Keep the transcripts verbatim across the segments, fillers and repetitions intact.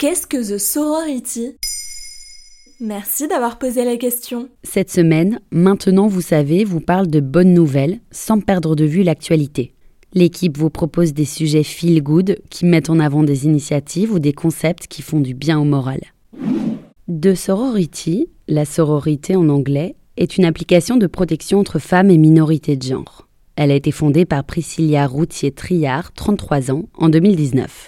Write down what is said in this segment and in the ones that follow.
Qu'est-ce que The Sorority ? Merci d'avoir posé la question. Cette semaine, Maintenant vous savez, vous parle de bonnes nouvelles sans perdre de vue l'actualité. L'équipe vous propose des sujets feel good qui mettent en avant des initiatives ou des concepts qui font du bien au moral. The Sorority, la sororité en anglais, est une application de protection entre femmes et minorités de genre. Elle a été fondée par Priscilla Routier-Triard, trente-trois ans, en deux mille dix-neuf.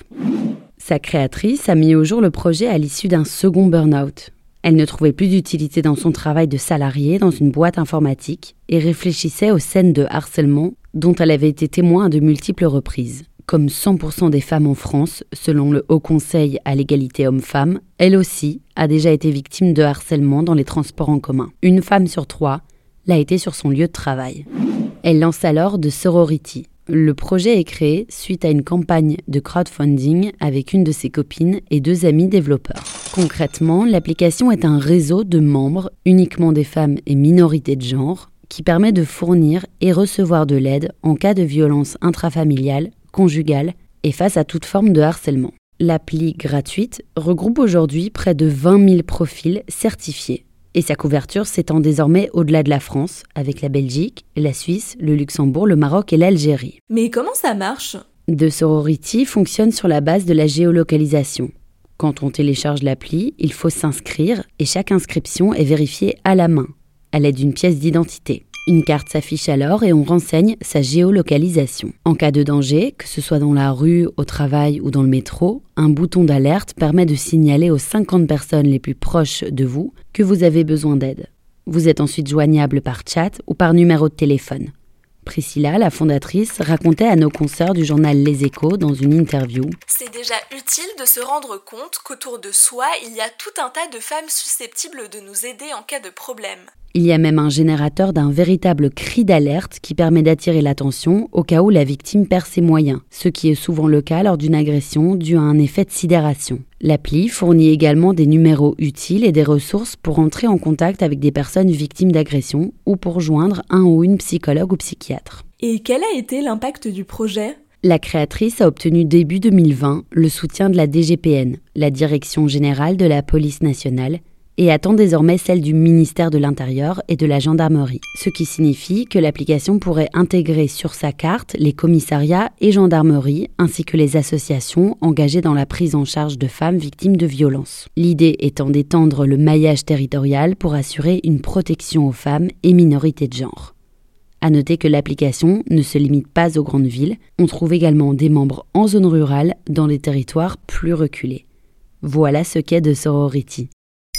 Sa créatrice a mis au jour le projet à l'issue d'un second burn-out. Elle ne trouvait plus d'utilité dans son travail de salariée dans une boîte informatique et réfléchissait aux scènes de harcèlement dont elle avait été témoin à de multiples reprises. Comme cent pour cent des femmes en France, selon le Haut Conseil à l'égalité hommes-femmes, elle aussi a déjà été victime de harcèlement dans les transports en commun. Une femme sur trois l'a été sur son lieu de travail. Elle lance alors The Sorority. Le projet est créé suite à une campagne de crowdfunding avec une de ses copines et deux amis développeurs. Concrètement, l'application est un réseau de membres, uniquement des femmes et minorités de genre, qui permet de fournir et recevoir de l'aide en cas de violence intrafamiliale, conjugale et face à toute forme de harcèlement. L'appli gratuite regroupe aujourd'hui près de vingt mille profils certifiés. Et sa couverture s'étend désormais au-delà de la France, avec la Belgique, la Suisse, le Luxembourg, le Maroc et l'Algérie. Mais comment ça marche ? The Sorority fonctionne sur la base de la géolocalisation. Quand on télécharge l'appli, il faut s'inscrire et chaque inscription est vérifiée à la main, à l'aide d'une pièce d'identité. Une carte s'affiche alors et on renseigne sa géolocalisation. En cas de danger, que ce soit dans la rue, au travail ou dans le métro, un bouton d'alerte permet de signaler aux cinquante personnes les plus proches de vous que vous avez besoin d'aide. Vous êtes ensuite joignable par chat ou par numéro de téléphone. Priscilla, la fondatrice, racontait à nos consoeurs du journal Les Échos dans une interview « C'est déjà utile de se rendre compte qu'autour de soi, il y a tout un tas de femmes susceptibles de nous aider en cas de problème. » Il y a même un générateur d'un véritable cri d'alerte qui permet d'attirer l'attention au cas où la victime perd ses moyens, ce qui est souvent le cas lors d'une agression due à un effet de sidération. L'appli fournit également des numéros utiles et des ressources pour entrer en contact avec des personnes victimes d'agression ou pour joindre un ou une psychologue ou psychiatre. Et quel a été l'impact du projet ? La créatrice a obtenu début deux mille vingt le soutien de la D G P N, la Direction générale de la police nationale, et attend désormais celle du ministère de l'Intérieur et de la Gendarmerie. Ce qui signifie que l'application pourrait intégrer sur sa carte les commissariats et gendarmeries, ainsi que les associations engagées dans la prise en charge de femmes victimes de violences. L'idée étant d'étendre le maillage territorial pour assurer une protection aux femmes et minorités de genre. À noter que l'application ne se limite pas aux grandes villes, on trouve également des membres en zone rurale dans des territoires plus reculés. Voilà ce qu'est The Sorority.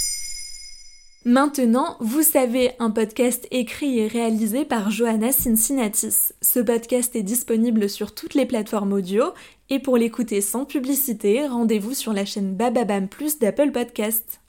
Maintenant, vous savez, un podcast écrit et réalisé par Johanna Cincinnatis. Ce podcast est disponible sur toutes les plateformes audio et pour l'écouter sans publicité, rendez-vous sur la chaîne Bababam Plus d'Apple Podcasts.